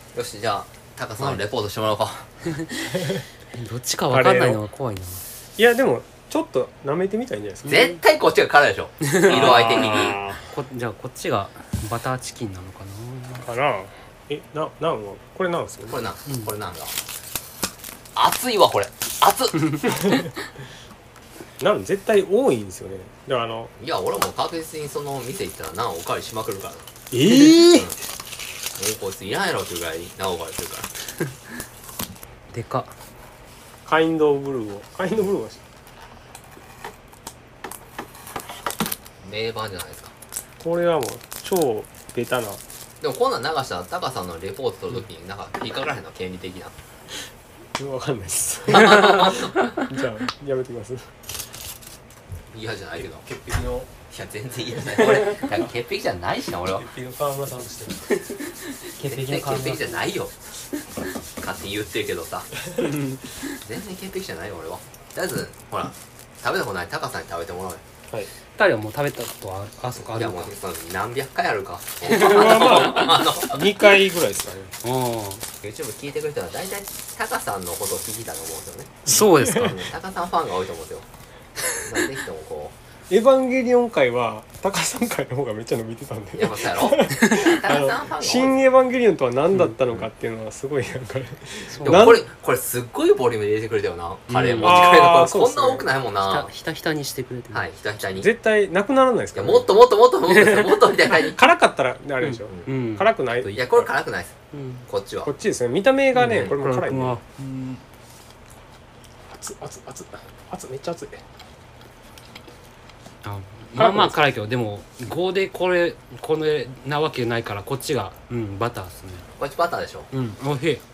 よし、じゃあタカさんレポートしてもらおうか。 どっちか分かんないのが怖いな。 いやでもちょっと舐めてみたらいいんじゃないです絶対こっちが辛いでしょ色合い的に。 か。 じゃあこっちがバターチキンなのかな。 かな。ナンはこれなんですよね。 これなん、これなんだ。熱いわこれ。熱っ。 ナン絶対多いんですよね。だからいや俺も確実にその店行ったらナンおかわりしまくるから。もうこいついらんやろっていうぐらいナンおかわりするから。 でかっ。 カインドブルーは名盤じゃないですか。 これはもう超ベタな。 でもこんなん流したらタカさんのレポート取るときになんか引っかからへんの権利的な。 わかんないっす。じゃあやめてきます。 嫌じゃないけど。 潔癖のいや全然嫌じゃない。俺だから潔癖じゃないしな俺は。 潔癖の川村さんとしてる。 潔全然潔癖じゃないよ。勝手に言ってるけどさ。全然潔癖じゃないよ俺は。とりあえずほら食べたことないタカさんに食べてもらおうよ。 はい。 二人はもう食べたことはあそこあいやもうるのか。 その何百回あるか。 2回ぐらいですかね。 YouTube 聞いてくれたら大体タカさんのことを聞きたいと思うんですよね。 そうですか。 タカさんファンが多いと思うんですよ。まあぜひともこエヴァンゲリオン回はタカさん回の方がめっちゃ伸びてたんうで。 やっぱそうやろ。タカさんファンが多い。 新エヴァンゲリオンとは何だったのかっていうのはすごいなんか、 でもこれすっごいボリュームで入れてくれたよな。カレー持ち帰りのこんな多くないもんな。 ひたひたにしてくれてる。 はいひたひたに。い絶対なくならないですかやら、 もっともっともっともっともっとみたいな感じ。 辛かったらあれでしょ、 うん。 辛くない。 いやこれ辛くないです。 うん。 こっちはこっちですね、見た目がね、 うんこれも辛いね。 うん。 熱めっちゃ熱い。 まあまあ辛いけど、でも5でこれなわけないから、こっちがバターですね。 こっちバターでしょ。 おいしい。 こ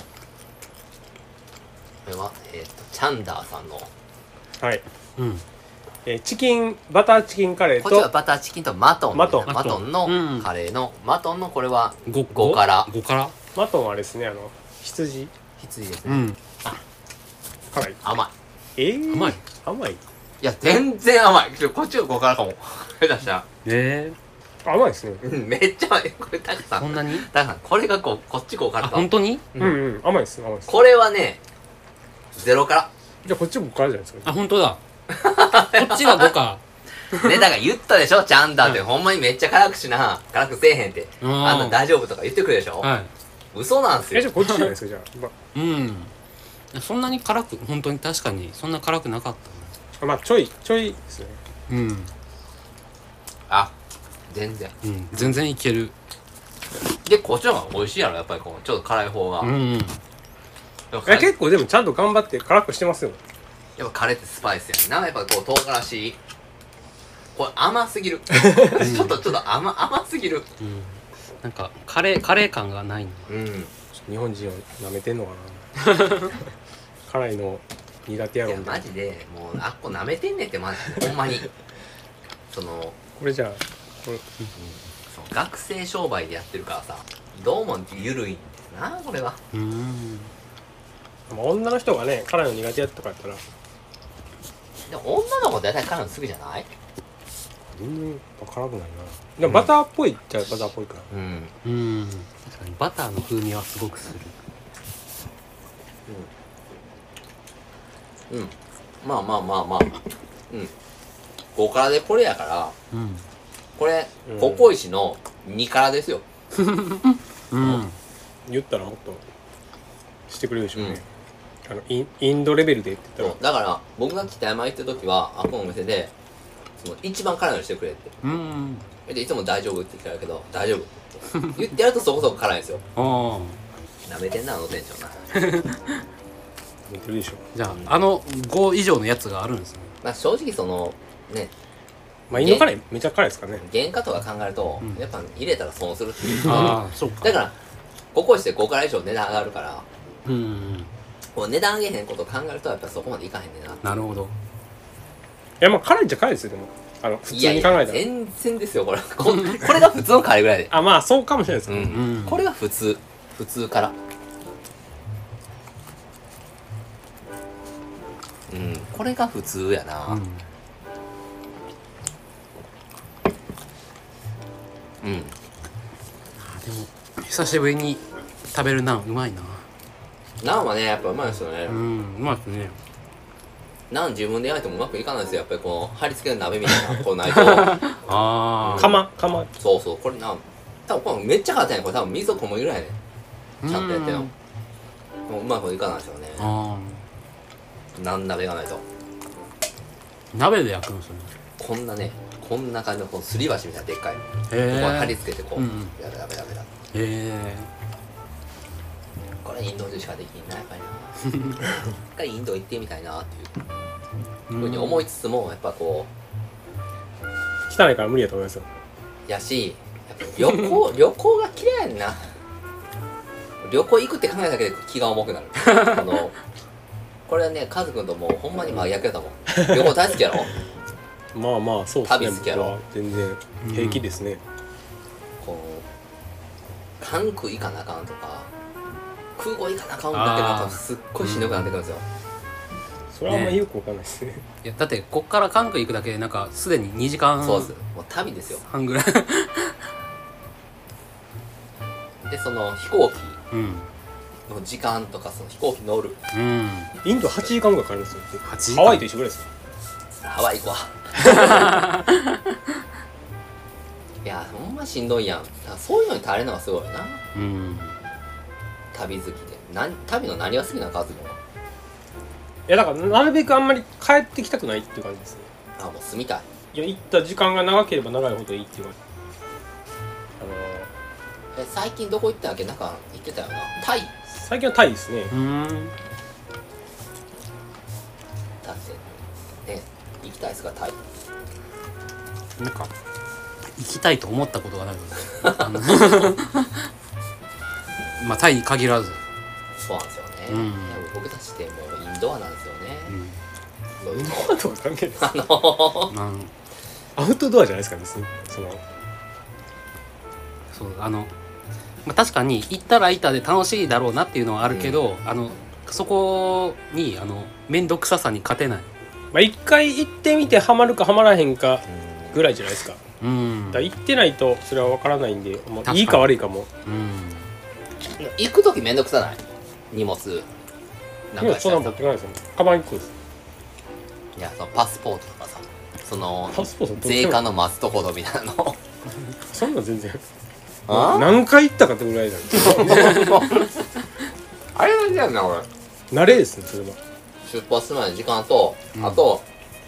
れはチャンダーさんのはい。 うんチキンバターチキンカレーこっちはとバターチキンとマトンマトンのうんカレーのマトンのこれは 5 5から 5からマトンはあれですね、羊羊ですね。 うん。 辛い。 甘い。 甘い。 甘いいや全然甘い。こっちは5からかも。下手したら甘いですね。 めっちゃ甘い。これタカさんそんなに？ これがこっち5からか。 本当に？ 甘いです甘いです。 これはね0から。 じゃあこっちも辛いじゃないですか。 本当だ。こっちが5か。 ねだから言ったでしょチャンダーってほんまにめっちゃ辛くしな辛くせえへんってあんた大丈夫とか言ってくるでしょ。 は嘘なんすよ。 じゃあこっちじゃないですか。じゃあ、 い。そんなに辛く、本当に確かにそんな辛くなかったまあちょいですね。 な。 あ全然全然いける。 でこっちの方が美味しいやろやっぱりこうちょっと辛い方が。でも結構でもちゃんと頑張って辛くしてますよ。 やっぱカレーってスパイスやね。なんかやっぱこう唐辛子これ甘すぎる。ちょっと甘すぎる。 なんかカレー感がないの。 日本人を舐めてんのかな。辛いの苦手やいやろみたいな。 マジでもうあっこ舐めてんねんってマジでほんまにそのこれじゃあその学生商売でやってるからさどうも緩いんですなこれは。 女の人がね辛いの苦手やとかやったらでも女の子大体辛いの好きじゃない？ 全然辛くないな。でもバターっぽいっちゃバターっぽいから。 確かにバターの風味はすごくする。 まあ5辛でこれやからこれココイチの2辛ですよ。 言ったらもっとしてくれるでしょうね。インドレベルでって言ったら。 だから僕が北山行った時はあこのお店でその一番辛いのしてくれってでいつも大丈夫って聞かれるけど大丈夫って言ってやるとそこそこ辛いんですよ。なめてんなあの店長な。 似てるでしょ。 じゃあ5以上のやつがあるんですね。 まあ正直そのねまあインドカレーめちゃ辛いですからね。 原価とか考えるとやっぱ入れたら損するっていう。 そうか。 だからココイチで5辛以上値段上がるからこう値段上げへんことを考えるとやっぱそこまでいかへんねんな。 なるほど。 いやまあ辛いっちゃ辛いですよ。でも普通に考えたら全然ですよこれこれが普通のカレーぐらいでまあそうかもしれないですけど、 これが普通からこれが普通やな。 でも久しぶりに食べるナンうまいな。 ナンはねやっぱうまいですよね。 うまいですね。 ナン自分で焼いてもうまくいかないですよ。やっぱりこの貼り付けの鍋みたいなこうないとああ。 釜そうそう、これな多分これめっちゃ硬いね。これ多分水をこむぐらいねちゃんとやってるの。もううまくいかないですよね。ナン鍋がないと。 鍋で焼くんですよね。 こんなねこんな感じのこのすり鉢みたいなでっかいここへえ。 貼り付けてこう、やべやべやべだ。 へえ。 これインドでしかできんなやっぱりな。一回インド行ってみたいなっていうふうに思いつつもやっぱこ汚いから無理やと思いますよ。 うやしやっぱ旅行が嫌いやんな。旅行行くって考えただけで気が重くなる。これはねカズくんともうほんまに真逆やと思う。旅行大好きやろ。 まあまあそうですね。 旅好きやろ。 僕は全然平気ですね。 こう関空行かなあかんとか空港行かなあかんだけなんかすっごいしんどくなってくるんですよ。 それはあんまりよくわかんないですね。 いやだってこっから関空行くだけでなんかすでに2時間そうです。もう旅ですよ。 半ぐらい。 でその飛行機うんの時間とかその飛行機乗るインド8時間ぐらいかかるんですよ。 8時間ハワイと一緒ぐらいですよ。 ハワイ行くわ。いやほんましんどいやん。だからそういうのに耐えるのがすごいな。旅好きで旅の何が好きなのカズくんは。 いやだからなるべくあんまり帰ってきたくないっていう感じですね。 あもう住みたい。 いや行った時間が長ければ長いほどいいっていう感じ。 最近どこ行ったんだっけ。なんか行ってたよな。タイ最近はタイですね。 だってね行きたいですかタイ。 なんか行きたいと思ったことがないので。まあタイに限らず。 そうなんですよね。僕たちってもうインドアなんですよね。 インドアとは関係ないです。アウトドアじゃないですか別にそうまあ、確かに行ったら行ったで楽しいだろうなっていうのはあるけど、そこに面倒くささに勝てない。 まあ一回行ってみてハマるかハマらへんかぐらいじゃないですか。だから行ってないとそれは分からないんで、まあ、いいか悪いかも。 行く時めんどくさない。荷物なんかそんな持ってかないですよ。カバン1個です。 いやそのパスポートとかさそのパスポート税関の待つところみたいなの。 そんな全然何回行ったかってぐらいなんですよ。 あれなんだよな俺。 慣れですねそれは。 出発前の時間と、あと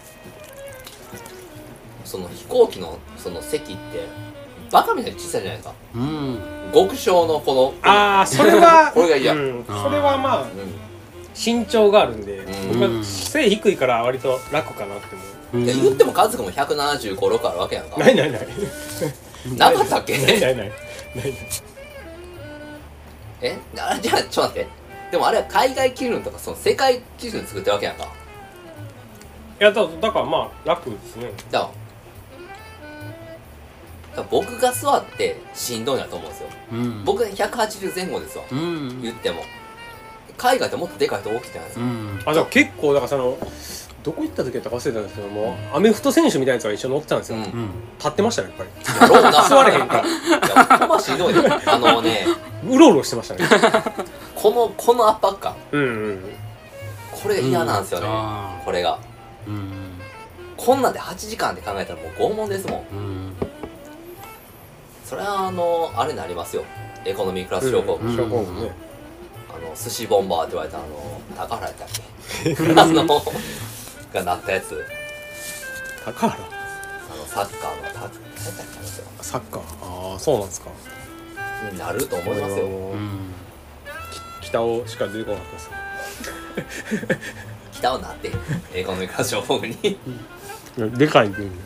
その飛行機のその席ってバカみたいに小さいじゃないですか。極小のこのそれはこれが嫌。 それはまあ、身長があるんで、僕は背低いから割と楽かなって思う。 言っても家族も175、6あるわけやんか。 ないなかったっけ。 ないじゃあちょっと待って。でもあれは海外基準とかその世界基準作ってるわけやんか。 いやだからまあ楽ですね。 だから僕が座ってしんどいなと思うんですよ。僕が180前後ですわ。言っても海外ってもっとでかい人大きいじゃないですか。 じゃあ結構だからどこ行った時だったか忘れたんですけども、アメフト選手みたいなやつが一緒に乗ってたんですよ。立ってましたねやっぱり。座れへんから。 いやほんましんどいね。 うろうろしてましたね。 この圧迫感。これが嫌なんですよね。これが。こんなんで8時間って考えたらもう拷問ですもん。それはあれになりますよ。エコノミークラス症候群。 ね。 寿司ボンバーって言われた高原やったっけ。がなったやつ。 高原。 サッカーの何やったっけ。 サッカー。そうなんですか。 になると思いますよ。 北尾しか出てこなかったです。 北尾なってエコノミークラス症候群に。 でかい国。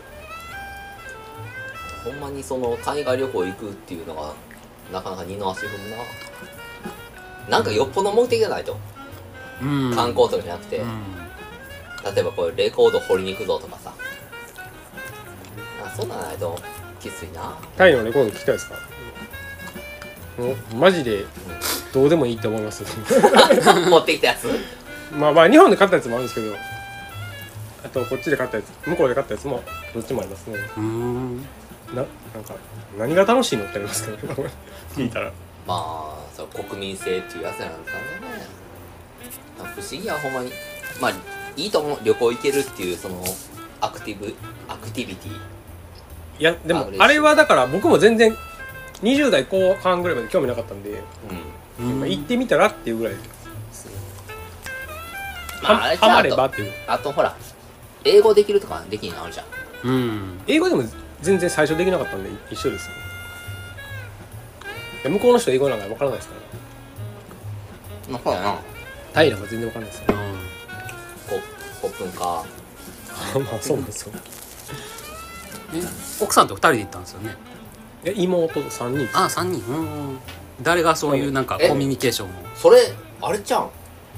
ほんまにその海外旅行行くっていうのがなかなか二の足踏むな。なんかよっぽど目的がないと、観光とかじゃなくて、例えばこれレコード掘りに行くぞとかさ、そんなんないときついな。 タイのレコード聞きたいですか。もうマジでどうでもいいって思います。 持ってきたやつ。 まあ日本で買ったやつもあるんですけど、あとこっちで買ったやつ、向こうで買ったやつもどっちもありますね。なんか何が楽しいのってありますけど、聞いたら。 まあその国民性っていうやつなんですかね。不思議やほんまに。まあいいと思う、旅行行けるっていうそのアクティビティ。 いやでもあれはだから僕も全然20代後半ぐらいまで興味なかったんで、まあ、行ってみたらっていうぐらいですね。 まああれハマればっていう。 あとほら英語できるとかできんのあるじゃん。 英語でも全然最初できなかったんで一緒ですよね。向こうの人英語なんか分からないですからね。 そうやな。 タイなんか全然分からないですよね。 コップンか。 まあそうなんですよ。 奥さんと2人で行ったんですよね。 妹3人。 あ、3人。誰がそういうなんかコミュニケーションを。 それあれちゃん。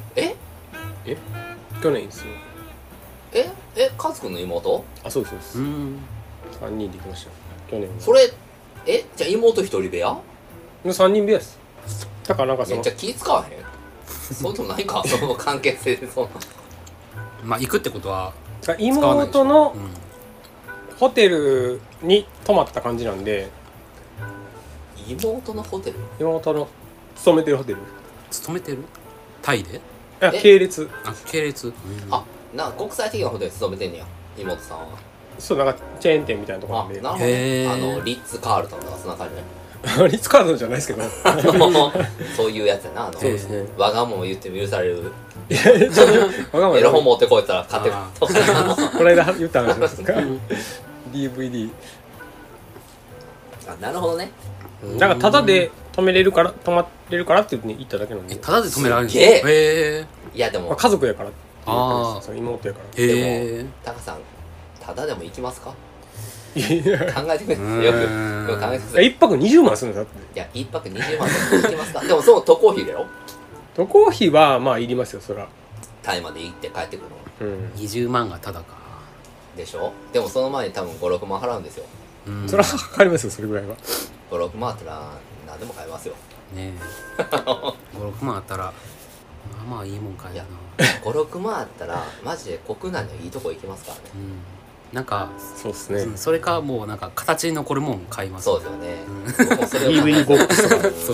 去年ですよ。 カズくんの妹？ あ、そうですそうです。3人で行きましたよ去年は。 それじゃあ妹一人部屋 3人部屋です。だからなんかそのめっちゃ気使わへんそうでもないかその関係性でそんな。 まあ行くってことは妹のホテルに泊まった感じなんで。 妹のホテル？ 妹の勤めてるホテル。 勤めてる？タイで？ いや系列。 あ、系列。 あ、なんか国際的なホテル勤めてんねや妹さんは。 そう、なんかチェーン店みたいなところなんで。 なるほどね。リッツ・カールトンとかそんな感じね。 リッツ・カールトンじゃないですけどそういうやつやな。 そうですね。 わがまま言っても許される。 わがままエロ本持ってこいったら買ってくる。 この間言った話ですかDVD。 あ、なるほどね。 なんかタダで泊まれるからって言って行っただけなんで。 タダで泊められるんですか？いやでも家族やから。 ああ、 妹やから。 でもタカさんタダでも行きますか？考えてくれ。よく考えてくれ。 1泊20万するんだって。 いや1泊20万で行きますか？でもその渡航費だろ？ 渡航費はまあいりますよそら。 タイまで行って帰ってくるの。 20万がタダか。 でしょ？でもその前に多分5、6万払うんですよ。 それはかかりますよそれぐらいは。 5、6万あったら何でも買えますよ。 ねえ。5、6万あったらまあいいもん買えるな。5、6万あったらマジで国内のいいとこ行きますからね。 なんかそうですね。 それかもうなんか形に残るもん買います。 そうですよね。 DVD ボックスとか。 そう。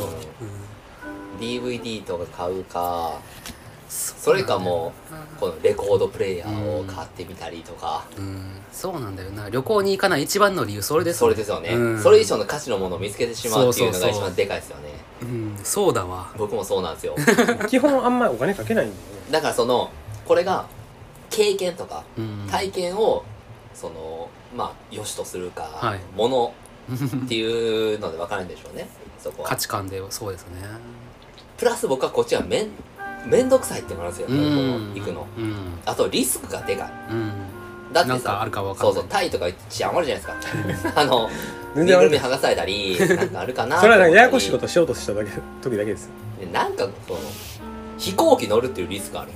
DVD とか買うか。それかもうこのレコードプレイヤーを買ってみたりとか。 そうなんだよな。旅行に行かない一番の理由それです。 それですよね。それ以上の価値のものを見つけてしまうっていうのが一番でかいですよね。 そうだわ。 僕もそうなんですよ。 基本あんまりお金かけないんだよね。 だからこれが経験とか体験をまあ良しとするかものっていうので分からないんでしょうね。そこは価値観でそうですね。 プラス僕はこっちはめんどくさいってのがあるんですよ。行くの。あとリスクがでかい。だってさ、そうそう、タイとか行って治安悪いじゃないですか。ぬいぐるみ剥がされたりなんかあるかな。 それはなんかややこしいことしようとした時だけです。 なんか飛行機乗るっていうリスクある。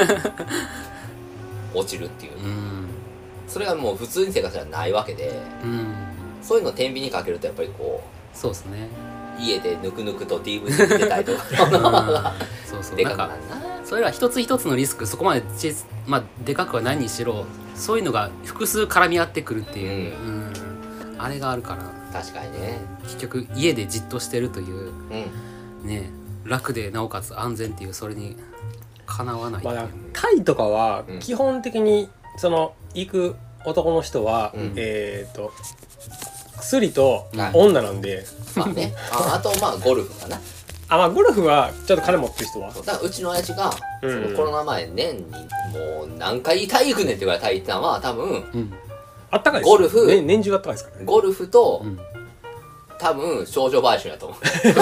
落ちるっていう。それがもう普通に生活じゃないわけで、そういうのを天秤にかけるとやっぱりそうですね。 家でぬくぬくと DVD 見てたりとかそうでかくなるな。 それは一つ一つのリスクそこまででかくはないにしろ、そういうのが複数絡み合ってくるっていう、あれがあるから。 確かにね。 結局家でじっとしてるという、ね、楽でなおかつ安全っていう、それにかなわないっていう。 タイとかは基本的に行く男の人は薬と女なんで、 まあね。あとまあゴルフかな。 まあゴルフはちょっと金持ってる人は。 だからうちの親父がそのコロナ前年にもう何回タイ行くねんってぐらいタイ行ったのは多分あったかいです。 ゴルフ年中あったかいですからね。 ゴルフと多分少女売春やと思う。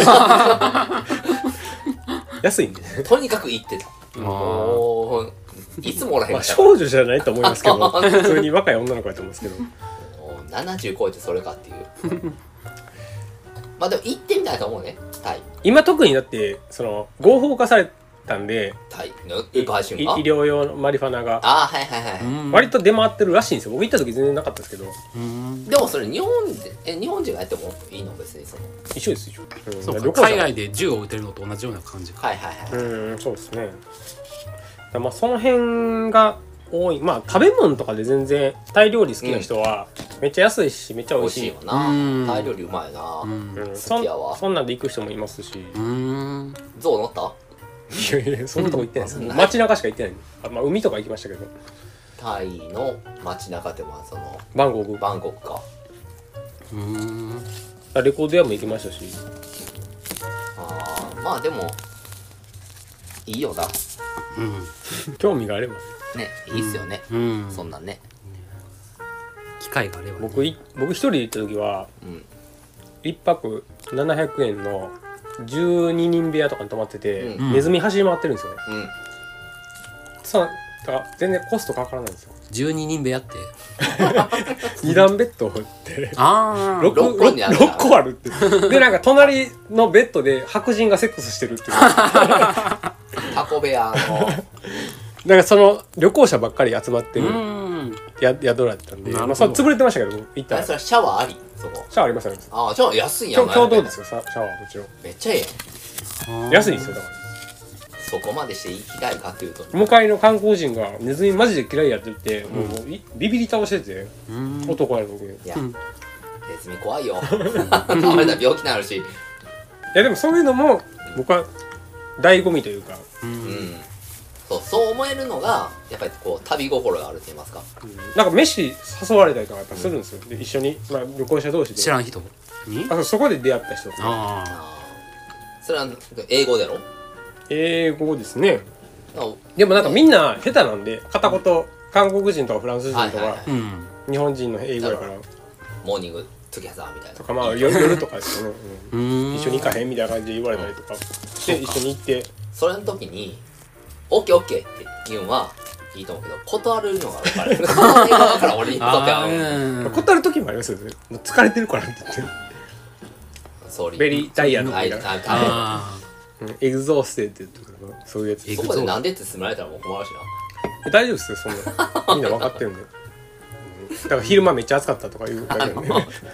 安いんでとにかく行ってた。もういつもおらへんかった。 少女じゃないと思いますけど普通に若い女の子やと思うんですけど 70超えてそれかっていうまあでも行ってみたいと思うね。タイ今特にだって合法化されたんで、 タイの売春が医療用のマリファナがはいはいはい、 割と出回ってるらしいんですよ。僕行った時全然なかったですけど。 でもそれ日本人がやってもいいの？別に一緒ですよ。 そうか、海外で銃を撃てるのと同じような感じか。 はいはいはい。 そうですね。まあその辺が多い。まあ食べ物とかで全然タイ料理好きな人はめっちゃ安いしめっちゃ美美味しい味しいよな。タイ料理うまいな。好きやわ。 そんなんで行く人もいますし。 ゾウ乗った？ いやいやそんなとこ行ってないです。 うん街中しか行ってない。まあ海とか行きましたけど。 タイの街中でもそのバンコクバンコクか。 レコード屋も行きましたし。 ああまあでもいいよな。 興味があればねいいっすよね。そんなんね。 機会があれば、ね、 僕一人で行った時は、1泊700円の12人部屋とかに泊まってて、ネズミ走り回ってるんですよね。そうだから全然コストかからないんですよ。 12人部屋って 2段ベッドって 6 個あるってでなんか隣のベッドで白人がセックスしてるっていうタコ部屋のなんかその旅行者ばっかり集まってる宿だったんで、まあ、それ潰れてましたけど行ったらそれシャワーありそこシャワーありますあります。 ああじゃあ安いやん。 共同ですよシャワーもちろんめっちゃええ安いですよ。だからそこまでして行きたいかっていうと向かいの観光人がネズミマジで嫌いやって言って、もうビビり倒してて、男やのに。 いやネズミ怖いよ食べたら病気になるし。 いやでもそういうのも僕は醍醐味というか、 そう思えるのがやっぱりこう旅心があると言いますか、 なんか飯誘われたりとかやっぱするんですよ。で一緒に、まあ、旅行者同士で知らん人にそこで出会った人とか。それは英語だろ。 英語ですね。でもなんかみんな下手なんで片言韓国人とかフランス人とか日本人の英語やからモーニングトゥギャザーみたいなとか、まあ夜とかですよね、一緒に行かへんみたいな感じで言われたりとかして一緒に行って、 それの時にオッケーオッケーって言うのはいいと思うけど断るのが分かる。断る側から俺にとっては断る時もありますよね。もう疲れてるからって言ってベリータイヤのエグゾーステッドっていうかそういうやつ。 そこでなんでって勧められたらもう困るしな。 大丈夫ですよそんなみんな分かってるんで。だから昼間めっちゃ暑かったとかいう感じなんで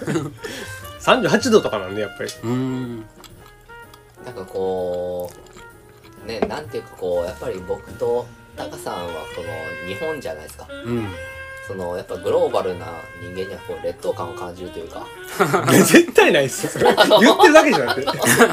38度とかなんでやっぱりなんかこうねなんていうかこうやっぱり僕とタカさんはこの日本じゃないですか。そのやっぱグローバルな人間にはこう劣等感を感じるというか。 絶対ないっすよそれ言ってるだけじゃなくて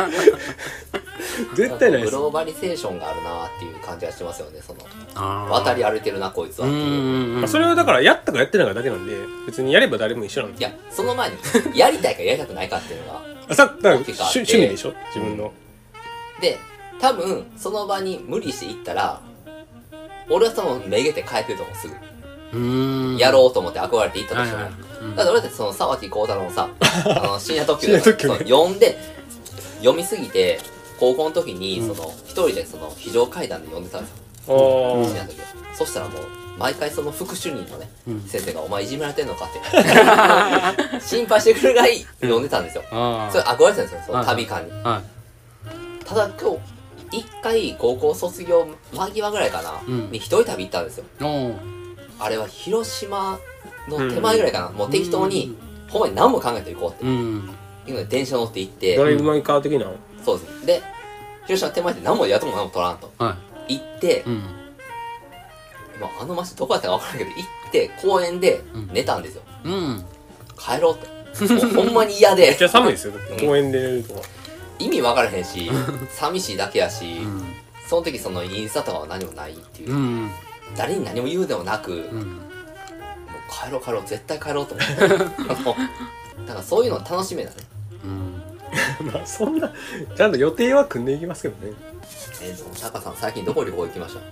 絶対ないっす。 グローバリゼーションがあるなっていう感じがしてますよね。その渡り歩いてるなこいつはっていう。 それはだからやったかやってないかだけなんで別にやれば誰も一緒なんで。 いやその前にやりたいかやりたくないかっていうのがだから趣味でしょ自分の。 で多分その場に無理して行ったら俺はそのめげて帰ってると思うすぐ。やろうと思って憧れて行ったとしても、だから俺たちその沢木耕太郎のさ深夜特急で読んで読みすぎて高校の時にその一人でその非常階段で読んでたんですよ。深夜特急。そしたらもう毎回その副主任のね先生がお前いじめられてんのかって心配してくるぐらい読んでたんですよ。それ憧れてたんですよその旅感に。ただ今日一回高校卒業間際ぐらいかなに一人旅行ったんですよ。あれは広島の手前ぐらいかな、もう適当にほんまに何も考えていこうっていうので電車乗って行って、 ドライブ・マイ・カー的な。 そうですで広島手前で何もやとも何も取らんと、行って、まあの街どこやったか分からんけど行って公園で寝たんですよ。帰ろうってほんまに嫌で。 めっちゃ寒いですよだって公園で寝るとか意味分からへんし寂しいだけやし、その時そのインスタとかは何もないっていう、誰に何も言うでもなく、もう帰ろう絶対帰ろうと思ってだからそういうの楽しめだね。 まあそんなちゃんと予定は組んでいきますけどね。 タカさん最近どこ旅行行きました？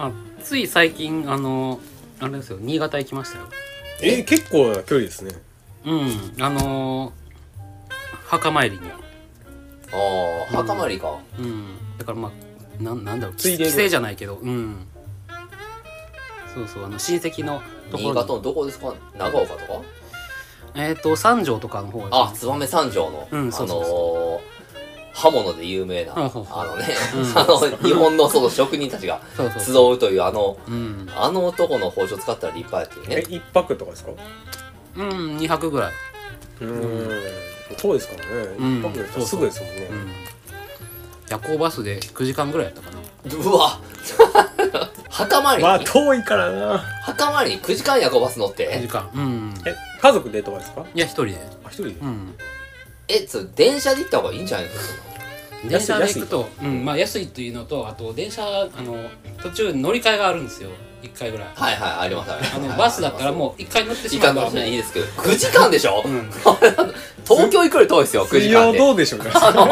つい最近あれですよ新潟行きましたよ。 結構な距離ですね。 墓参りに。 墓参りか。 だからまあなんだろう帰省じゃないけどそう親戚のところに。 新潟のどこですか？長岡とか？ 三条とかの方が。燕三条の刃物で有名な日本のその職人たちが集うというあの男の包丁使ったら立派やっていうね。 一泊とかですか ？2泊ぐらい。 そうですからね。一泊ですぐですもんね。 夜行バスで9時間ぐらいやったかな。 うわ墓参りにまあ遠いからな。 墓参りに9時間夜行バス乗って 9時間家族でとかですか？ いや一人で。 一人で。 うん。 電車で行った方がいいんじゃないですか？ 電車で行くと、まあ安いというのと、あと電車途中乗り換えがあるんですよ。1回ぐらい。 はいはい、ありますあります。 バスだったらもう1回乗ってしまえばもういいですけど、9時間でしょ？東京行くより遠いですよ、9時間で。 どうでしょうか。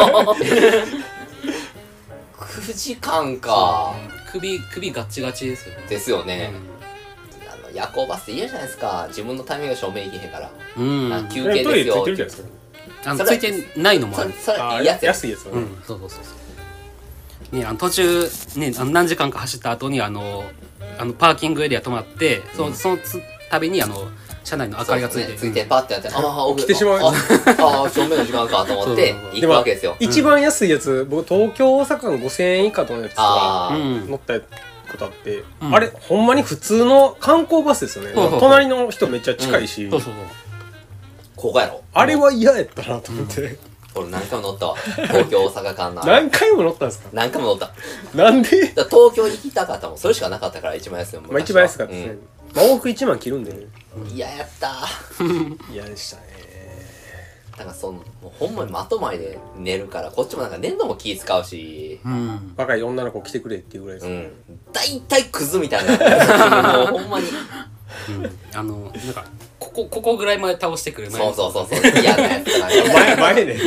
9時間か。 首ガッチガチですよね。 ですよね。夜行バスって嫌じゃないですか。自分のタイミングで正面行けへんから。休憩ですよ。 ついてないのもある。 それ安いやつはね。 そうね、途中ね、何時間か走った後にパーキングエリア止まって、その度に車内の明かりがついて、 ついてパッてやって、 起きてしまう。 正面の時間かと思って行くわけですよ。 一番安いやつ、僕東京大阪の5000円以下のやつとか乗ったことあって、あれほんまに普通の観光バスですよね。隣の人めっちゃ近いし。 ここやろ。 あれは嫌やったなと思って。 俺何回も乗ったわ。東京大阪間の。 何回も乗ったんですか？ 何回も乗った。 なんで？ 東京行きたかったもん。それしかなかったから一番安いもん。 一番安かったですね。往復1万切るんでね。 嫌やった。 嫌でしたね。 だからもうほんまにまとまりで寝るから、こっちもなんか寝るのも気使うし、 若い女の子来てくれっていうぐらいです。 大体クズみたいな。もうほんまに。 なんかここぐらいまで倒してくる。 そう嫌なやつだね。 前で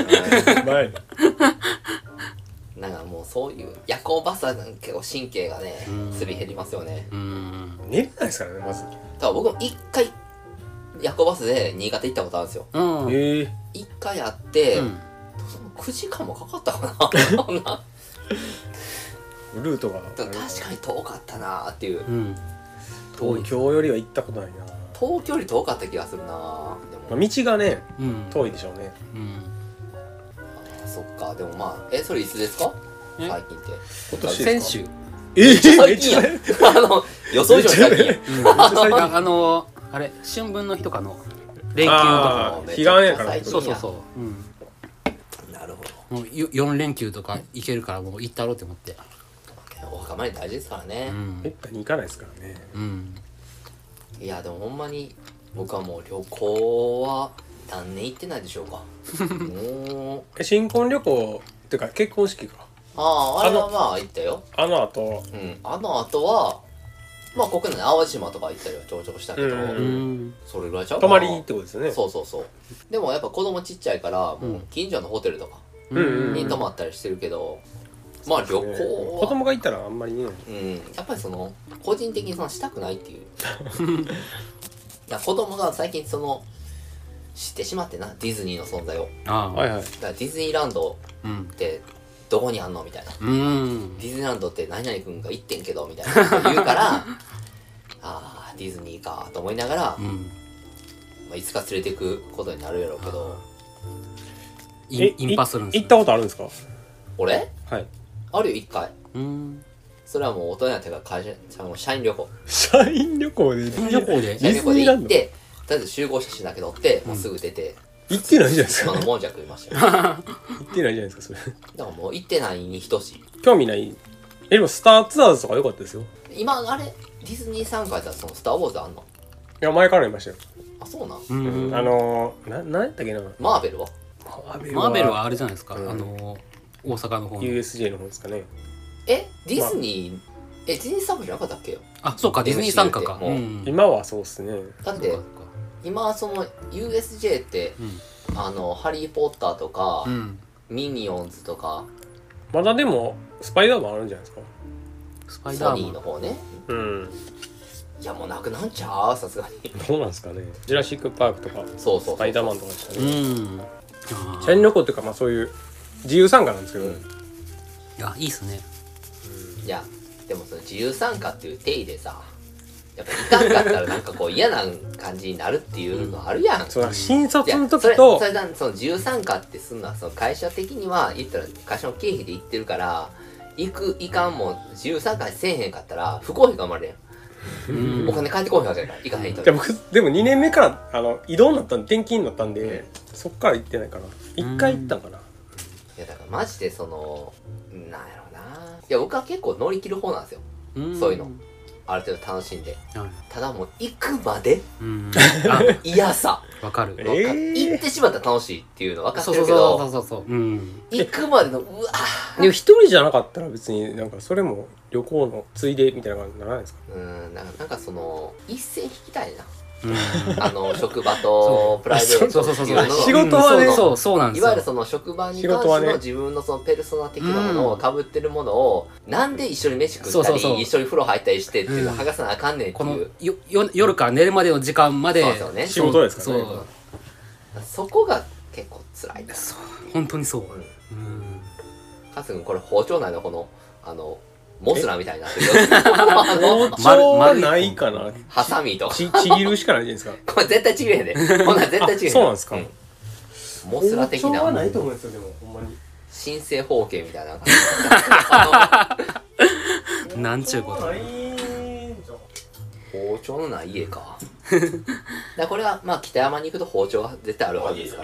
なんかもうそういう夜行バスは結構神経がねすり減りますよね。 寝れないですからね、まず。 だから僕も1回夜行バスで新潟行ったことあるんですよ。1回あって9時間もかかったかな。 ルートが確かに遠かったなーっていう。 東京よりは行ったことないな。 東京より遠かった気がするな。 道がね遠いでしょうね。 そっか。でもまあそれいつですか？最近って。 今年先週。 最近や。予想以上に最近や。 あれ春分の日とかの連休とか彼岸やから。 そうなるほど。 もう4連休とか行けるからもう行ったろうって思って。 お墓参り大事ですからね。 めったに行かないですからね。 いやでもほんまに僕はもう旅行は何年行ってないでしょうか。もう新婚旅行っていうか結婚式か。 あれはまあ行ったよ。 あの後はまあ国内の淡路島とか行ったりはちょこちょこしたけど、それぐらいちゃうかな。 泊まりってことですよね。 そうでもやっぱ子供ちっちゃいからもう近所のホテルとかに泊まったりしてるけど、まあ旅行は子供がいたらあんまりね。 やっぱり個人的にしたくないっていう。子供が最近知ってしまってな、ディズニーの存在を。だからディズニーランドってどこにあんのみたいな。ディズニーランドって何々君が行ってんけどみたいなこと言うからディズニーかと思いながら、いつか連れていくことになるやろうけど。 インパするんです行ったことあるんですか？ 俺？ はい。 あるよ1回。それはもう大人やったから社員旅行。 社員旅行でディズニーランド行って、とりあえず集合写真だけ撮ってもうすぐ出て。 行ってないじゃないですか。 もんじゃ食いましたよ。 行ってないじゃないですかそれ。 だからもう行ってないに等しい。 興味ない。でもスターツアーズとか良かったですよ。 今ディズニー参加やったらスターウォーズあんの？ いや前からいましたよ。 あ、そうなん？ 何やったっけな。 マーベルは？ マーベルはあれじゃないですか。大阪の方の USJ の方ですかね。 ディズニーディズニー参加じゃなかったっけよ。 あ、そうか、ディズニー参加か。 今はそうっすね。 だって今USJ ってハリーポッターとかミニオンズとかまだでもスパイダーマンあるんじゃないですか。 スパイダーマンソニーの方ね。いやもうなくなんちゃう、さすがに。 どうなんですかね。ジュラシックパークとかスパイダーマンとかでしたね。社員旅行っていうかそういう自由参加なんですけど。 いやいいっすね。 いやでも自由参加っていう定義でさ、やっぱ行かんかったらなんか嫌な感じになるっていうのあるやん。 そうだ、新卒の時とそれ自由参加ってすんのは会社的には言ったら会社の経費で行ってるから、行かんも自由参加せえへんかったら不公平が生まれるやん。お金返ってこへんわけだから行かへんと。 でも2年目から移動になったんで、転勤になったんで、そっから行ってないかな。1回行ったんかな。 いやだからマジでなんやろな。いや僕は結構乗り切る方なんですよ。そういうの。 ある程度楽しんで、 はい、 ただもう行くまで、嫌さわかる、 行ってしまったら楽しいっていうの分かってるけど、行くまでのうわでも一人じゃなかったら別になんかそれも旅行のついでみたいな感じにならないですか？ なんかその一線引きたいな。職場とプライベートっていうの仕事はね、 そうなんですよ。 いわゆるその職場に関しての自分のそのペルソナ的なものを被ってるものを、なんで一緒に飯食ったり一緒に風呂入ったりしてっていうのを剥がさなあかんねんっていう、 この夜から寝るまでの時間まで仕事ですからね。 そこが結構辛いです。 本当にそう。 カズ君これ包丁内のこのモスラみたいになってるよ。 包丁はないかな。 ハサミとか。 ちぎるしかないじゃないですか。 これ絶対ちぎれへんで。こんなん絶対ちぎれへん。 そうなんですか。 モスラ的な。 包丁はないと思うんですよ、でも、ほんまに。 新生方形みたいな感じ。なんちゅうこと。 包丁のない家か。だこれは、まあ、北山に行くと包丁が絶対あるはずですから。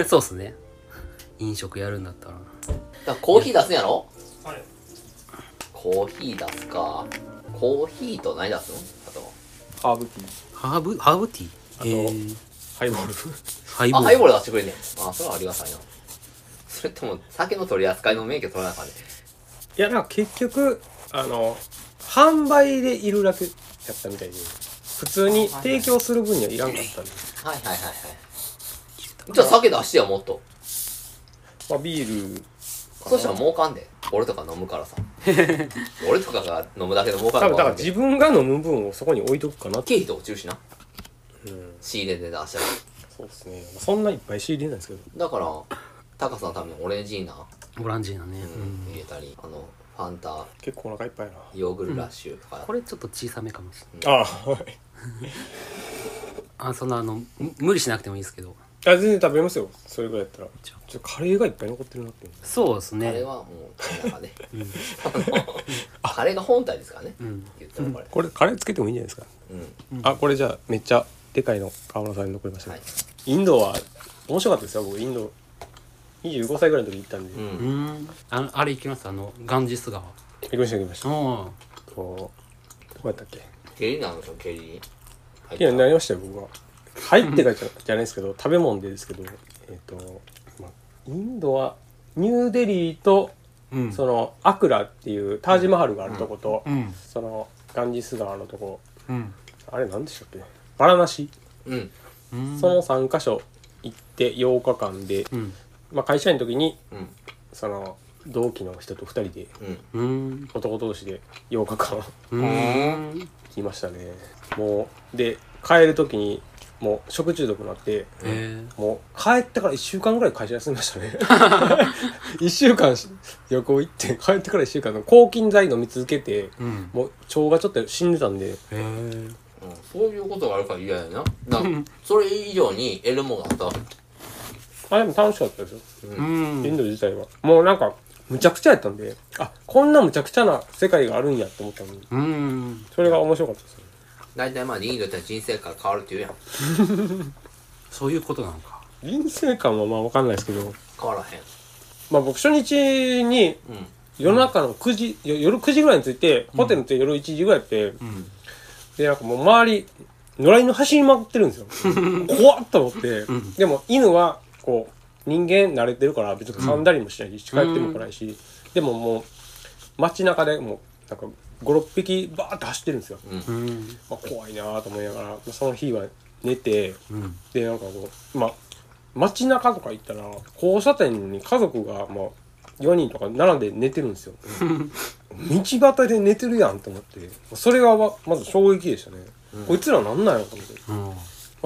そうっすね。飲食やるんだったら。 だからコーヒー出すんやろ？コーヒー出すか。コーヒーと何出すの？あとハーブティー。 ハーブティー？ あとハイボール。 ハイボール出してくれんねん。それはありがたいな。それとも酒の取り扱いの免許取らなあかんねん。 いや、なんか結局販売でいるだけやったみたいで、普通に提供する分にはいらんかったんで。 はい。じゃあ酒出してよ、もっと。 まあビール。 そしたら儲かんで。俺とか飲むからさ。俺とかが飲むだけで儲かるから。だから自分が飲む分をそこに置いとくかな。 経費と落ちるしな。仕入れで出したら。 そうですね。そんないっぱい仕入れないんですけど。 だから、高さんのためにオレンジーナ。 オランジーナね。 入れたり、ファンタ。 結構お腹いっぱいな。 ヨーグルラッシュとか。 これちょっと小さめかもしれない。そんな無理しなくてもいいですけど。 全然食べますよ。それぐらいやったら。ちょっとカレーがいっぱい残ってるなって。 そうですね。 カレーはもう中で。カレーが本体ですからね。言ったらこれカレーつけてもいいんじゃないですか。これじゃあめっちゃでかいの川村さんに残りましたね。インドは面白かったですよ。僕インド25歳ぐらいの時行ったんで。 あれ行きます？ガンジス川。 行きました。どこやったっけ？ ケリーなんですよ、ケリー。 いや、なりましたよ、僕は。入ってからじゃないですけど、食べ物でですけど、インドはニューデリーと、そのアクラっていうタージマハルがあるとこと、そのガンジス川のとこ、あれ何でしたっけ？バラナシ、その3カ所行って8日間で、会社員の時に、その同期の人と2人で、男同士で8日間行きましたね。もうで帰る時にもう食中毒になって、もう帰ってから1週間ぐらい会社休みましたね。1週間旅行行って帰ってから1週間の抗菌剤飲み続けて、もう腸がちょっと死んでたんで、 そういうことがあるから嫌やな。それ以上に得るものがあったわけ。 でも楽しかったですよ、インド自体は。もうなんかむちゃくちゃやったんで、こんなむちゃくちゃな世界があるんやって思ったのに、それが面白かったですよ。 大体インドって人生観変わるって言うやん。 そういうことなのか。 人生観は分かんないですけど、 変わらへん。 僕初日に夜中の夜9時ぐらいに着いて、ホテルに着いて夜1時ぐらいやって、でなんかもう周り野良犬走りまくってるんですよ。怖っと思って、でも犬はこう人間慣れてるから別に噛んだりもしないし、近寄っても来ないし、でももう街中でもうなんか5、6匹バーって走ってるんですよ。怖いなと思いながら、その日は寝て、でなんかこう街中とか行ったら交差点に家族が4人とか並んで寝てるんですよ。道端で寝てるやんと思って、それがまず衝撃でしたね。こいつらなんなんやと思って、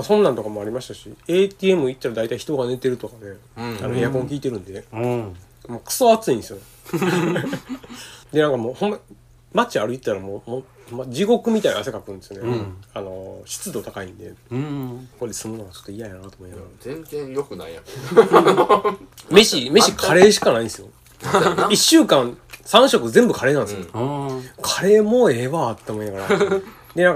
そんなんとかもありましたし、 ATM 行ったら大体人が寝てるとかね、エアコン効いてるんで、もうクソ暑いんですよ。でなんかもうほんま街歩いたらもう地獄みたいな汗かくんですよね。湿度高いんで、ここで住むのはちょっと嫌やなと思いながら。 全然良くないやん。 飯カレーしかないんですよ。1週間3食全部カレーなんですよ。カレーもうええわって思いながら。でなんか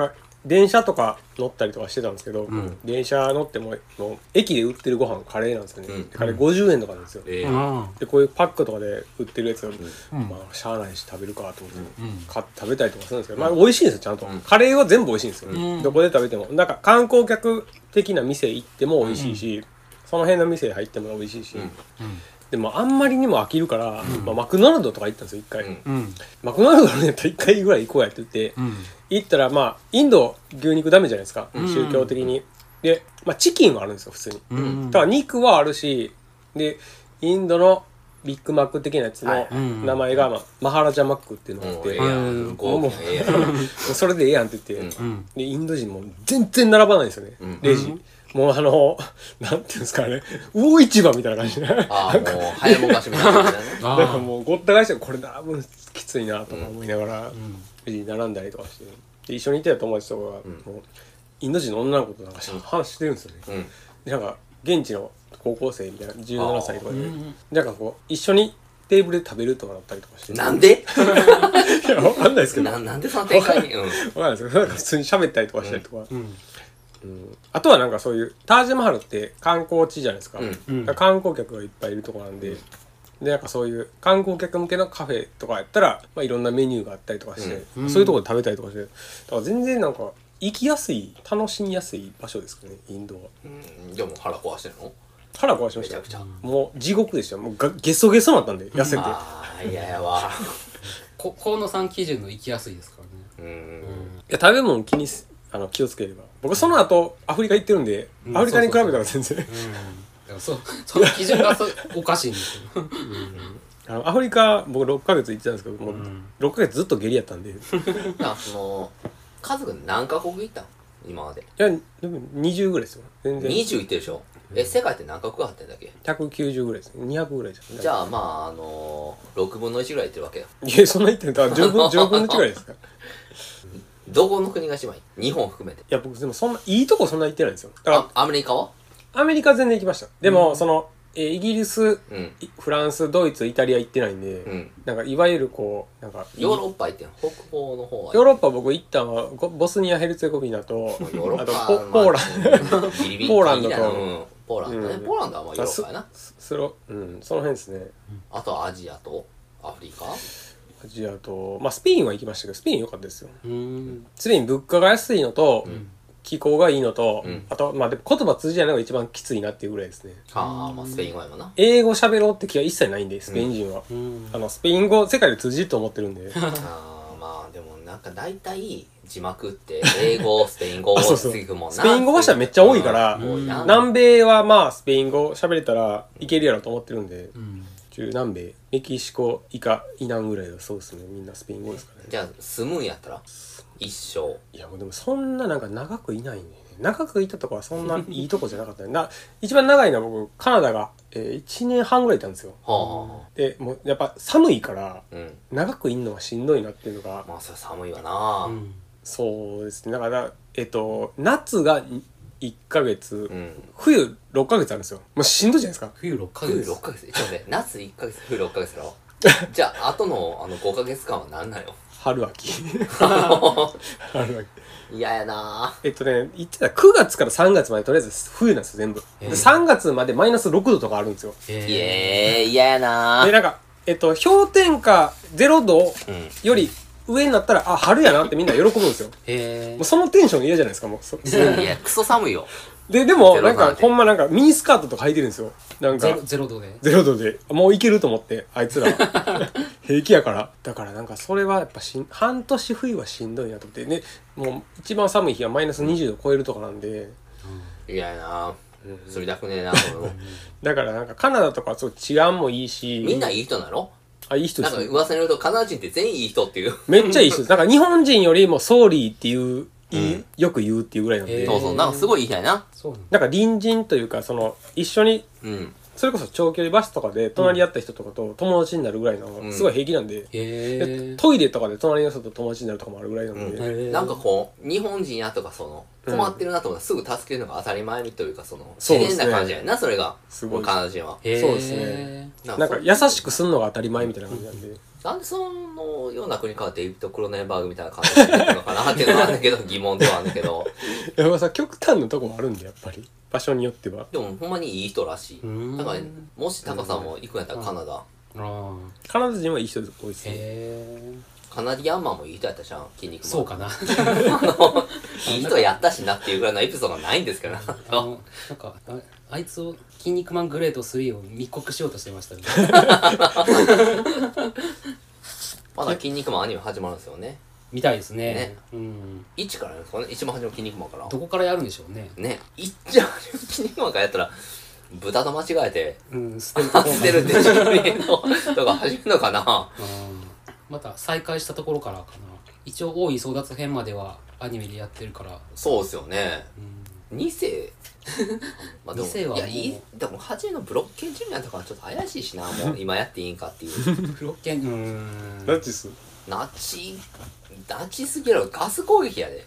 電車とか乗ったりとかしてたんですけど、電車乗っても駅で売ってるご飯カレーなんですよね、カレー50円とかなんですよ、でこういうパックとかで売ってるやつを、まあしゃあないし食べるかと思って、買って食べたりとかするんですけど、まあ美味しいんですよちゃんと、カレーは全部美味しいんですよ、どこで食べても。なんか観光客的な店行っても美味しいし、その辺の店入っても美味しいし、でもあんまりにも飽きるから、マクドナルドとか行ったんですよ一回、マクドナルドのやったら1回ぐらい行こうやって言って、行ったらまあインド牛肉ダメじゃないですか、宗教的に。で、まあ、チキンはあるんですよ普通に、だから肉はあるし、でインドのビッグマック的なやつの名前が、マハラジャマックっていうのがあって、もうそれでええやんって言って、でインド人も全然並ばないんですよね、レジ。もうなんていうんですかね、魚市場みたいな感じで。 ああ、もう、早もがしみたいな感じだね。 なんかもう、ごった返して、これ並ぶのきついなとか思いながら、並んだりとかして。で、一緒にいてた友達とかが、もう、インド人の女の子となんか話してるんですよね。で、なんか、現地の高校生みたいな、17歳とかで、なんかこう、一緒にテーブルで食べるとかだったりとかして。 なんでいや、わかんないですけど。 なんでその展開に。 わかんないですけど、なんか普通に喋ったりとかしたりとか。あとはなんかそういうタージマハルって観光地じゃないですか、観光客がいっぱいいるところなんで、でなんかそういう観光客向けのカフェとかやったら、まあ、いろんなメニューがあったりとかして、そういうところで食べたりとかして、だから全然なんか行きやすい楽しみやすい場所ですかねインドは。 でも腹壊してるの？ 腹壊しました。 めちゃくちゃもう地獄でした。もうゲソゲソなったんで痩せて。 ああ、いややわ。 河野さん基準の行きやすいですからね。 いや食べ物気をつければ。僕その後アフリカ行ってるんで、アフリカに比べたら全然その基準がおかしいんですよ。 アフリカ僕6ヶ月行ってたんですけど、もう6ヶ月ずっと下痢やったんで。 家族何カ国行ったの今まで？ いやでも20ぐらいですよ全然。 20行ってるでしょ。世界って何カ国あってんだっけ ？190ぐらいですね。200ぐらいじゃん。 じゃあまあ6分の1ぐらい行ってるわけよ。 いやそんな言ってんだ。10分の1ぐらいですか。 どこの国が一番いい？日本含めて。 いや僕でもそんないいとこそんな行ってないんですよ。だからアメリカは？ アメリカ全然行きました。でも、イギリス、フランス、ドイツ、イタリア行ってないんで、なんかいわゆるこうなんかヨーロッパ行ってんの？北方の方は？ ヨーロッパ僕行ったのはボスニア・ヘルツェゴビナと、あとポーランドと、 ポーランドね。ポーランドはまあヨーロッパやな。 その辺ですね。 あとはアジアとアフリカ？ アジアと、まあスペインは行きましたけど、スペイン良かったですよ。スペイン物価が安いのと、気候がいいのと、あと、まあでも言葉通じないのが一番きついなっていうぐらいですね。 まあスペイン語やもんな。 英語喋ろうって気は一切ないんで、スペイン人は。スペイン語世界で通じると思ってるんで。 まあでもなんか大体字幕って英語、スペイン語そうつくもんな。 スペイン語話者めっちゃ多いから、南米はまあスペイン語喋れたらいけるやろと思ってるんで、中南米、メキシコ以下、イランぐらいはそうですね。みんなスペイン語ですかね。 じゃあ住むんやったら一生。 いやもうでもそんななんか長くいないんでね。長くいたとこはそんないいとこじゃなかったね。一番長いのは僕カナダが、1年半ぐらいいたんですよ。でもうやっぱ寒いから、長くいんのはしんどいなっていうのが。 まあそれ寒いわな。 そうですね。だから夏が1ヶ月、冬6ヶ月あるんですよ。もうしんどいじゃないですか。 冬6ヶ月。 冬6ヶ月。ちょっと待って、夏1ヶ月、冬6ヶ月だろ。じゃあ後の5ヶ月間は何なの？ 春秋。春秋。 嫌やな。 言ってた9月から3月までとりあえず冬なんですよ全部。で3月までマイナス6度とかあるんですよ。 嫌やな。 でなんか氷点下0度より上になったら春やなってみんな喜ぶんですよ。もうそのテンション嫌じゃないですかもう。 いやクソ寒いよ。 でもなんかほんまなんかミニスカートとか履いてるんですよ。なんか 0度で 0度でもういけると思ってあいつら平気やから。だからなんかそれはやっぱ半年冬はしんどいなと思ってね。もう一番寒い日はマイナス20度超えるとかなんで嫌やな。それだくねえな。 だからなんかカナダとかそう治安もいいし。 みんないい人なの？ いい人ですなんか噂によるとカナダ人って全員いい人っていう。 めっちゃいい人です。なんか日本人よりもソーリーっていうよく言うっていうぐらいなんで。 そうなんかすごいいい人やな。 なんか隣人というか一緒にそれこそ長距離バスとかで隣り合った人とかと友達になるぐらいのすごい平気なんで、トイレとかで隣の人と友達になるとかもあるぐらいなんで、 なんかこう日本人やとか困ってるなと思ったらすぐ助けるのが当たり前というか自然な感じやな。それがすごいカナダ人は。 そうですね。なんか優しくすんのが当たり前みたいな感じなんで。 なんでそのような国からデイビッド・クロネンバーグみたいな感じで出てるのかなっていうのはあるんだけど、疑問ではあるんだけど。 いや、まあさ、極端なとこもあるんで、やっぱり。場所によっては。 でもほんまにいい人らしい。だから、もしタカさんも行くんやったらカナダ。 カナダ人はいい人多いですね。 カナディアンマンもいい人やったじゃん、筋肉マン。 そうかな。 いい人やったしなっていうぐらいのエピソードがないんですけどなんかあいつを「筋肉マングレート3」を密告しようとしてましたね。 まだ筋肉マンアニメ始まるんですよね。 みたいですね。 ね、 うん。 1からですかね、一番初めの筋肉マンから。 どこからやるんでしょうね。 ね、一番初めの筋肉マンからやったら、豚と間違えて、 捨てるって自分のとか始めるのかな。 また再開したところからかな。一応大井争奪編まではアニメでやってるから。 そうですよね。2世まあでも、 2世はもうでも初めのブロッケンジュニアとかはちょっと怪しいしな、もう今やっていいんかっていう。 ブロッケンナチスナチすぎる。ガス攻撃やで。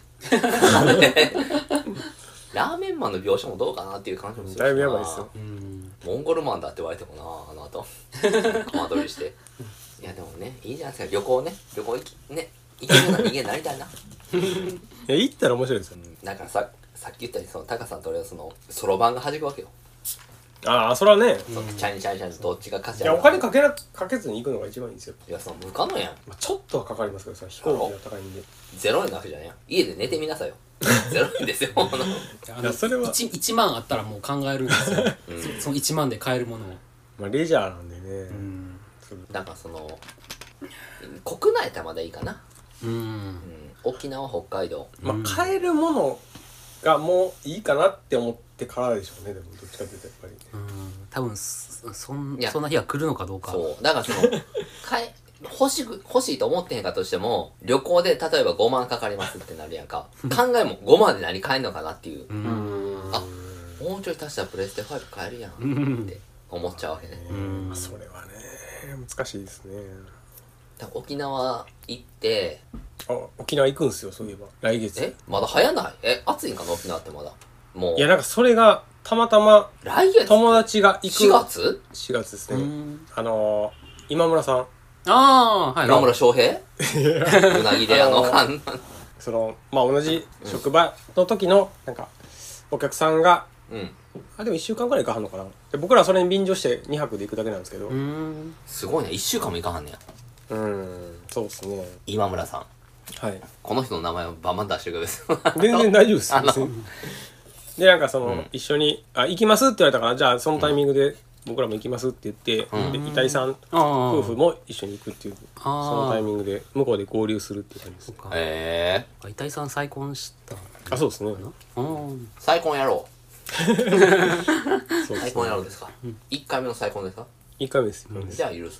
ラーメンマンの描写もどうかなっていう感じもするしな。 だいぶやばいですよ。 モンゴルマンだって言われてもな、あの後コマ撮りして。いやでもね、いいじゃないですか、旅行行けるような人間になりたいな。 いや、行ったら面白いですよ。 だからさっき言ったように、そのタカさんと俺はそのそろばんが弾くわけよ。 ああ、それはね。 そのチャリチャリチャリとどっちが勝ちいや、お金かけずに行くのが一番いいんですよ。 いや、その無可能やん。 まあ、ちょっとはかかりますけどさ、飛行機が高いんで。 0円なわけじゃねえやん。家で寝てみなさいよ。0円ですよ。 いや、それは 1万あったらもう考えるんですよ。その1万で買えるものを。 まあ、レジャーなんでね。 なんかその国内やったらまだいいかな。沖縄、北海道。 まあ、買えるものがもういいかなって思ってからでしょうね。でもどっちかというとやっぱり。 多分そんな日が来るのかどうか。 そうだからその欲しいと思ってへんかとしても、旅行で例えば5万かかりますってなるやんか。考えも5万で何買えんのかなっていう。あ、もうちょい足したらプレステ5買えるやんって思っちゃうわけね。 それはね、難しいですね。 沖縄行って、 沖縄行くんすよ、そういえば来月。 まだ早ない？暑いんかな、沖縄ってまだ。もういや、なんかそれがたまたま来月友達が行く。 4月 4月ですね。今村さん。 はい。 今村翔平うなぎでそのまあ同じ職場の時のなんかお客さんが、でも1週間ぐらい行かはんのかな。で僕らはそれに便乗して2泊で行くだけなんですけど。 すごいね、1週間も行かはんねや。 そうですね。 今村さん。はい。この人の名前をバンバン出してください。 全然大丈夫ですよ。でなんかその、一緒に行きますって言われたから、じゃあそのタイミングで僕らも行きますって言って、で板井さん夫婦も一緒に行くっていう、そのタイミングで向こうで合流するっていう感じですね。 板井さん再婚した。 そうですね。 再婚やろう。再婚やろうですか。1回目の再婚ですか。 1回目です。 じゃあ許す。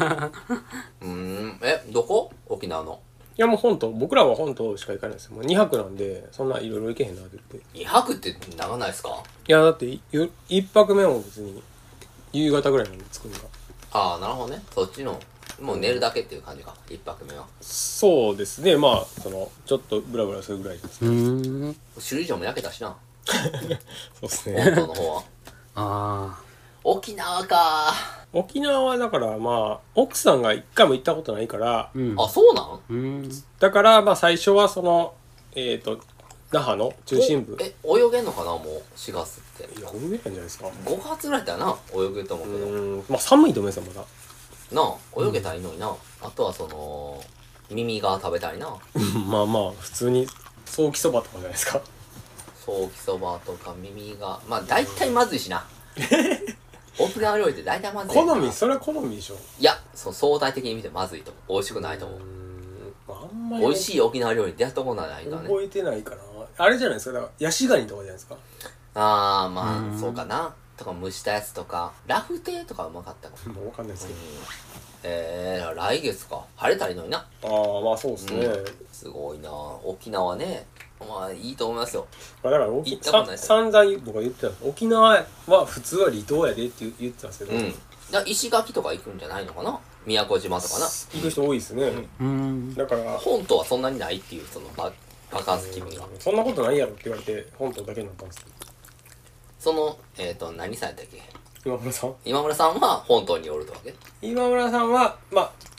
どこ？沖縄の。 いやもう本島、僕らは本島しか行かないですよ。もう2泊なんでそんないろいろ行けへんなって言って。 2泊って長ないですか？ いやだって1泊目も別に夕方ぐらいなんで着くのが。 ああ、なるほどね。そっちのもう寝るだけっていう感じか、1泊目は。 そうですね。まあそのちょっとブラブラするぐらいですね。 首里城も焼けたしな。 そうですね。 本島の方は。沖縄か。 沖縄はだからまあ奥さんが一回も行ったことないから、 あ、そうなん？ だからまあ最初はその那覇の中心部。 泳げんのかな、もう4月って。 いや泳げないんじゃないですか。 5月ぐらいだな、泳げると思うけど。 まあ寒いと思いますよまだ。 なあ、泳げたらいいのにな。あとはその耳が食べたいな。 まあまあ普通にソーキそばとかじゃないですか。 ソーキそばとか耳が、まあ大体まずいしな。沖縄料理って大体まずい。 それは好みでしょ。 いや、相対的に見てまずいと思う。美味しくないと思う。 あんまり美味しい沖縄料理出会ったことないからね。 覚えてないかな。あれじゃないですか。だからヤシガニとかじゃないですか。 ああ、まあそうかな。とか蒸したやつとかラフテーとかうまかったかも。 もう分かんないですけど。来月か。晴れたらいいのにな。 ああ、まあそうですね。 すごいな。沖縄ね。まあいいと思いますよ。 だから散々僕は言ってたんです。沖縄は普通は離島やでって言ってたんですけど、 石垣とか行くんじゃないのかな。宮古島とかな。 行く人多いですね。だから本島はそんなにないっていう、そのバカンス気分が。 そんなことないやろって言われて本島だけになったんです。 その何さんやったっけ。 今村さんは本島におるとわけ。 今村さんはまあち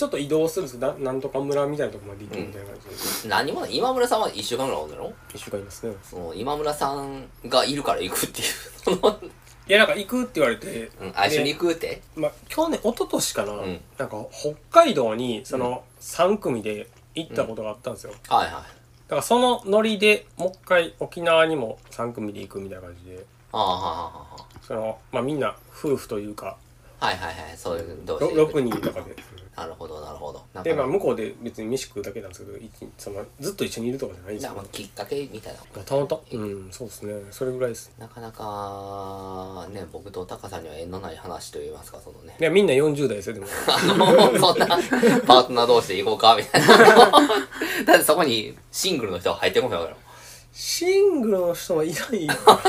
ちょっと移動するんですけど、なんとか村みたいなところまで行くみたいな感じで、 何もない。今村さんは1週間ぐらいおんのやろ。 一週間いますね。 その今村さんがいるから行くっていうそのいやなんか行くって言われて、 一緒に行くって、 まあ去年一昨年かな、 んなんか北海道にその3組で行ったことがあったんですよ、 はいはい。 だからそのノリでもう一回沖縄にも3組で行くみたいな感じで、 ああ、はそのまあみんな夫婦というかあはいはいはい、そういう同士で 6人とかでなるほどなるほど。なんかでまあ向こうで別に飯食うだけなんですけど、そのずっと一緒にいるとかじゃないんですよ、 なんかきっかけみたいな。 まあたまたうんそうですね、それぐらいです。 なかなかね、僕とタカさんには縁のない話といいますか、そのねいやみんな40代ですよでもそんなパートナー同士で行こうかみたいなだってそこにシングルの人は入ってこないわけよ。 シングルの人はいない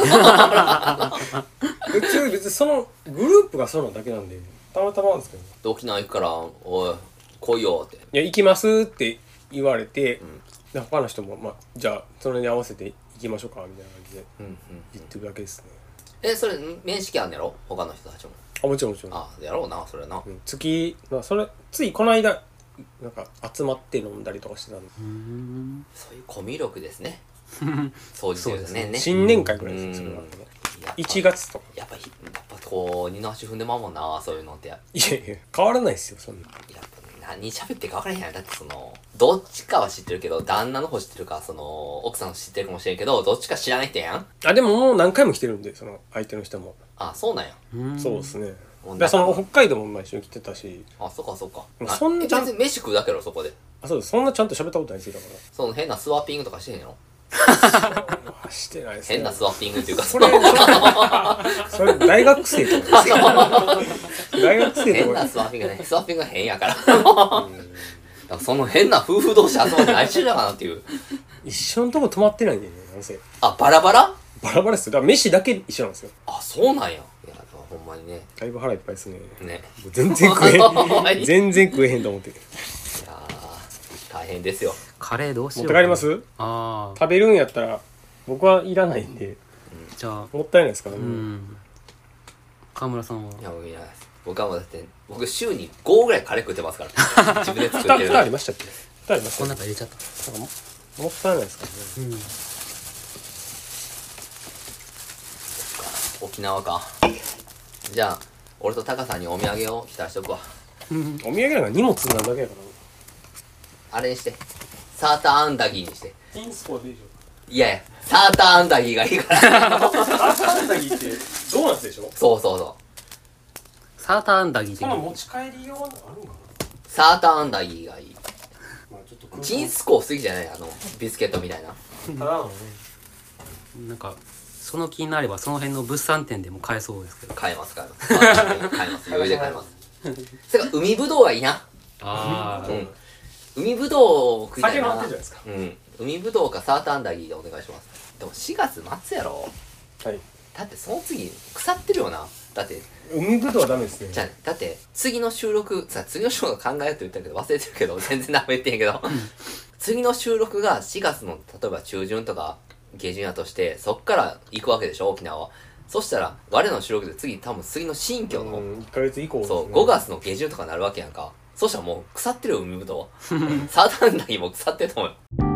別にそのグループがそうなだけなんでたまたまなんですけど、 沖縄行くからおい来いよって。 いや行きますって言われて、で他の人もまあじゃあそれに合わせて行きましょうかみたいな感じで言ってるだけですね。 それ面識あんねやろ他の人たちも。 あもちろんもちろん。 あやろうなそれな、 月まあそれついこの間なんか集まって飲んだりとかしてたんで、 そういうコミュ力ですね掃除ですね。 新年会ぐらいですそれはね。1月とかやっぱこう二の足踏んでまうもんなそういうのって。やっいやいや変わらないですよそんな。 ぱ何喋ってるか分からへんやん。だってそのどっちかは知ってるけど旦那の方知ってるかその奥さんの知ってるかもしれんけどどっちか知らない人やん。 あでももう何回も来てるんでその相手の人も。 あそうなんや。 そうですね。 もうでその北海道も毎週来てたし。 あそっかそっか。 そんな全然飯食うだけやろそこで。 あそうです、そんなちゃんと喋ったことないですよだかその変なスワッピングとかしてへんやろ。 ら。してないですね。 変なスワッピングっていうかそれ大学生とかですよ。大学生とか変なスワッピングね。スワッピングが変やから。だからその変な夫婦同士集まって何してるのかなっていう。 一緒のとこ泊まってないんでねなんせ。 あバラバラバラバラですよ。だから飯だけ一緒なんですよ。 あそうなんや。いやほんまにね。 だいぶ腹いっぱいですね。 ね。 全然食えへん。全然食えへんと思って。 いや大変ですよ。 カレーどうしよう持って帰ります？ ああ食べるんやったら僕はいらないんでじゃあもったいないですからね。 川村さんは。 いや僕いらないです。僕はもうだって僕週に5ぐらいカレー食ってますから自分で作ってる 2ありましたっけ？2ありましたこのっけ？ 中入れちゃった。 なんかもったいないですからね。 沖縄か。じゃあ俺とタカさんにお土産を期待しとくわ。 お土産なんか荷物なんだけやから。 あれにしてサーターアンダギーにして。 インスポでいいでしょ。 いやいやサーターアンダギーがいいからサーターアンダギーってドーナツでしょ？ そうそうそうサーターアンダギーってその持ち帰り用のあるんかな？ サーターアンダギーがいい。 まあちょっとチンスコー好きじゃない？ビスケットみたいな。 ただのね。 なんかその気になればその辺の物産展でも買えそうですけど。 買えます買えます余裕で買えますそれから海ぶどうがいいな。 ああ、 海ぶどう食いたいな。 酒もあってるじゃないですか。 海ぶどうかサーターアンダギーでお願いします。でも4月末やろ。 はい。 だってその次腐ってるよな。だって海ぶどうはダメですね。 じゃあだって次の収録考えようと言ったけど忘れてるけど全然何も言ってへんけど次の収録が4月の例えば中旬とか下旬やとしてそっから行くわけでしょ沖縄は。そしたら我の収録で次の新居の 1ヶ月以降ですね。 そう5月の下旬とかなるわけやんか。そしたらもう腐ってるよ海ぶどうサーターアンダギーも腐ってると思うよ。